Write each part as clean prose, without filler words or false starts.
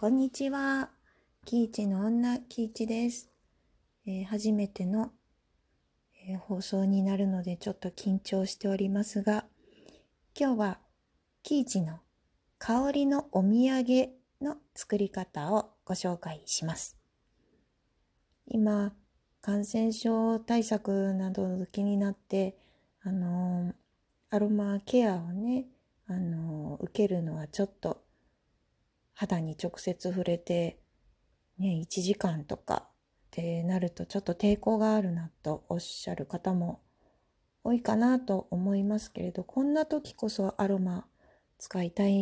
こんにちは。キイチの女、キイチです。初めての、放送になるのでちょっと緊張しておりますが、今日はキイチの香りのお土産の作り方をご紹介します。今、感染症対策など気になって、アロマケアをね、受けるのはちょっと肌に直接触れてね、1時間とかってなるとちょっと抵抗があるなとおっしゃる方も多いかなと思いますけれど、こんな時こそアロマ使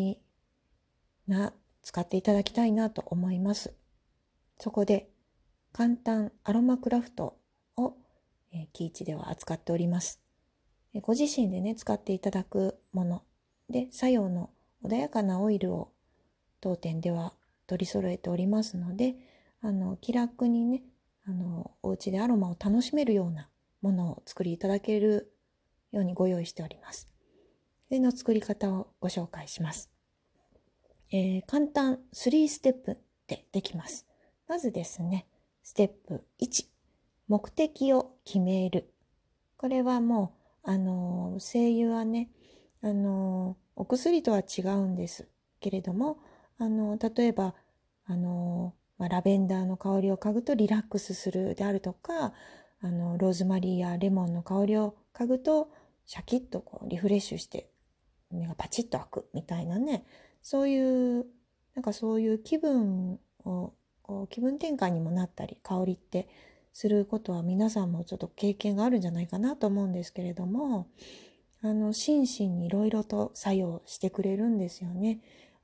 っていただきたいなと思います。そこで簡単アロマクラフトを、キイチでは扱っております。ご自身でね、使っていただくもので、作用の穏やかなオイルを当店では取り揃えておりますので、気楽にね、お家でアロマを楽しめるようなものを作りいただけるようにご用意しております。それの作り方をご紹介します。簡単3ステップでできます。まずですね、ステップ1、目的を決める。これはもう、精油はね、お薬とは違うんですけれども、例えば、ラベンダーの香りを嗅ぐとリラックスするであるとか、ローズマリーやレモンの香りを嗅ぐとシャキッとリフレッシュして目がパチッと開くみたいなね、そういう気分を気分転換にもなったり、香りってすることは皆さんもちょっと経験があるんじゃないかなと思うんですけれども、心身にいろいろと作用してくれるんですよね。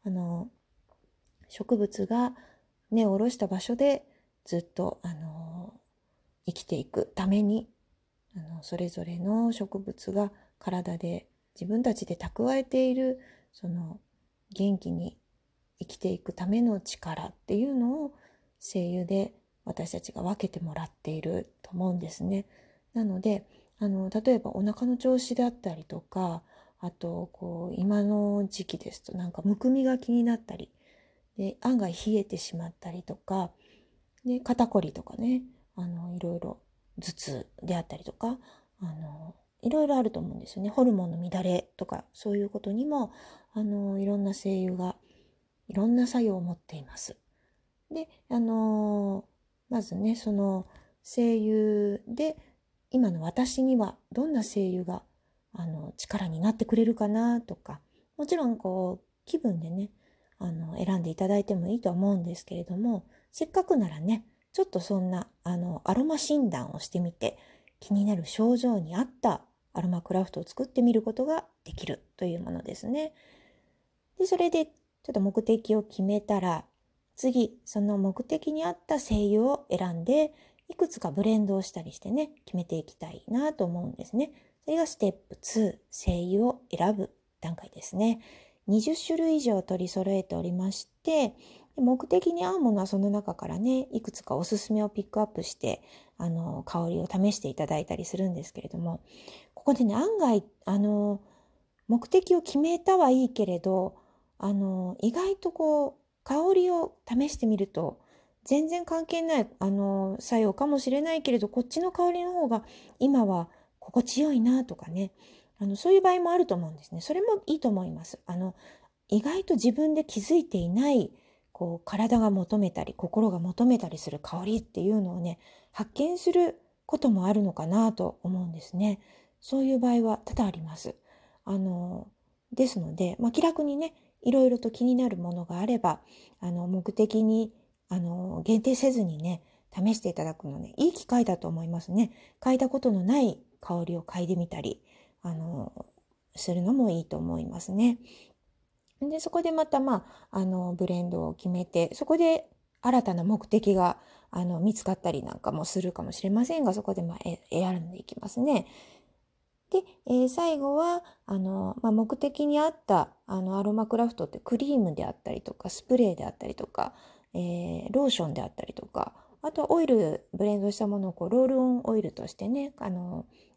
植物が根を下ろした場所でずっと生きていくために、それぞれの植物が体で自分たちで蓄えているその元気に生きていくための力っていうのを精油で私たちが分けてもらっていると思うんですね。なので例えばお腹の調子だったりとか、あと今の時期ですとむくみが気になったりで、案外冷えてしまったりとかで、肩こりとかね、いろいろ頭痛であったりとか、いろいろあると思うんですよね。ホルモンの乱れとか、そういうことにも、いろんな精油が、いろんな作用を持っています。で、まずね、その精油で、今の私にはどんな精油が、力になってくれるかなとか、もちろん気分でね、選んでいただいてもいいと思うんですけれども、せっかくならね、ちょっとそんな、アロマ診断をしてみて、気になる症状に合ったアロマクラフトを作ってみることができるというものですね。で、それでちょっと目的を決めたら、次、その目的に合った精油を選んで、いくつかブレンドをしたりしてね、決めていきたいなと思うんですね。それがステップ2、精油を選ぶ段階ですね。20種類以上取り揃えておりまして、目的に合うものはその中からね、いくつかおすすめをピックアップして、香りを試していただいたりするんですけれども、ここでね、案外、目的を決めたはいいけれど、意外と香りを試してみると、全然関係ない、作用かもしれないけれど、こっちの香りの方が今は心地よいなとかね、そういう場合もあると思うんですね。それもいいと思います。意外と自分で気づいていない、体が求めたり、心が求めたりする香りっていうのをね、発見することもあるのかなと思うんですね。そういう場合は多々あります。ですので、気楽にね、いろいろと気になるものがあれば、目的に、限定せずにね、試していただくのね、いい機会だと思いますね。嗅いだことのない香りを嗅いでみたり、するのもいいと思いますね。で、そこでまた、ブレンドを決めて、そこで新たな目的が、見つかったりなんかもするかもしれませんが、そこで、選んでいきますね。で、最後は、目的に合った、アロマクラフトってクリームであったりとか、スプレーであったりとか、ローションであったりとか、あとはオイル、ブレンドしたものをロールオンオイルとしてね、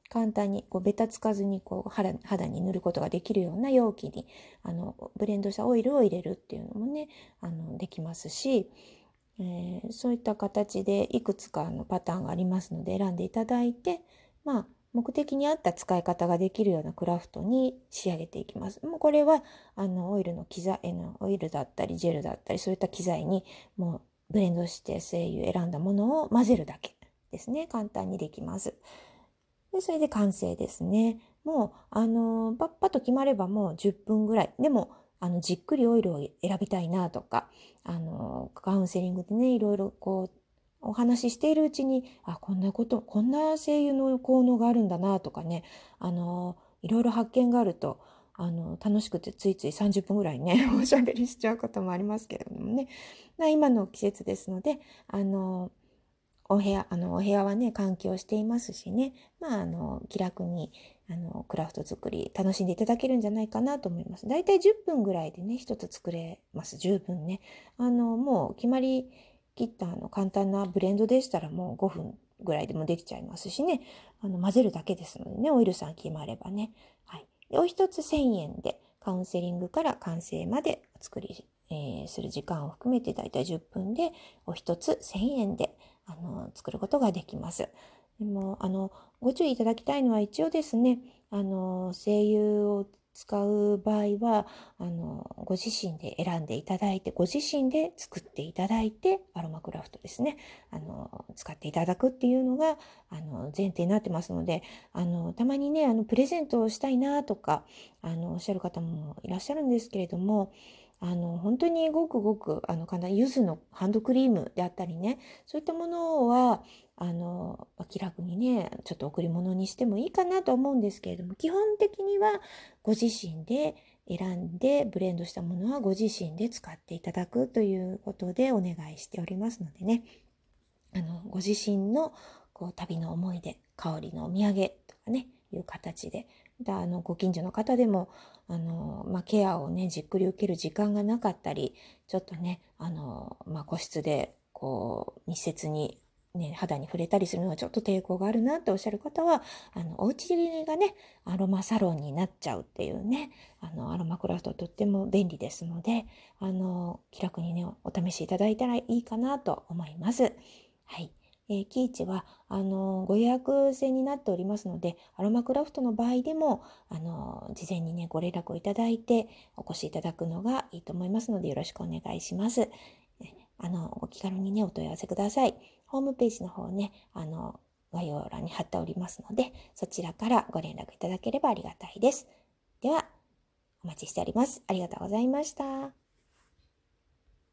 簡単にベタつかずに肌に塗ることができるような容器にブレンドしたオイルを入れるっていうのもねできますし、そういった形でいくつかのパターンがありますので選んでいただいて、目的に合った使い方ができるようなクラフトに仕上げていきます。もうこれはオイルの機材オイルだったりジェルだったりそういった機材にもうブレンドして精油選んだものを混ぜるだけですね。簡単にできます。でそれで完成ですね。もうパッパと決まればもう10分ぐらい。でもじっくりオイルを選びたいなとかカウンセリングでねいろいろお話ししているうちにこんな精油の効能があるんだなとかねいろいろ発見があると楽しくてついつい30分ぐらいねおしゃべりしちゃうこともありますけれどもね、今の季節ですのでお部屋はね換気をしていますしね、気楽にクラフト作り楽しんでいただけるんじゃないかなと思います。だいたい10分ぐらいでね一つ作れます。十分ねもう決まりきった簡単なブレンドでしたらもう5分ぐらいでもできちゃいますしね混ぜるだけですのでねオイルさん決まればね、でお一つ1000円でカウンセリングから完成までお作り、する時間を含めてだいたい10分でお一つ1000円で作ることができます。でもご注意いただきたいのは一応ですね精油を使う場合はご自身で選んでいただいてご自身で作っていただいてアロマクラフトですね使っていただくっていうのが前提になってますのでたまにねプレゼントをしたいなとかおっしゃる方もいらっしゃるんですけれども本当にごくごく簡単柚子のハンドクリームであったりねそういったものは気楽にねちょっと贈り物にしてもいいかなと思うんですけれども基本的にはご自身で選んでブレンドしたものはご自身で使っていただくということでお願いしておりますのでねご自身の旅の思い出香りのお土産とかねいう形でご近所の方でもケアをねじっくり受ける時間がなかったりちょっとね個室で密接にね、肌に触れたりするのはちょっと抵抗があるなっておっしゃる方はお家がねアロマサロンになっちゃうっていうねアロマクラフトとっても便利ですので気楽にねお試しいただいたらいいかなと思います。はい。キーチはご予約制になっておりますのでアロマクラフトの場合でも事前にねご連絡をいただいてお越しいただくのがいいと思いますのでよろしくお願いします。お気軽にねお問い合わせください。ホームページの方ね概要欄に貼っておりますのでそちらからご連絡いただければありがたいです。ではお待ちしております。ありがとうございました。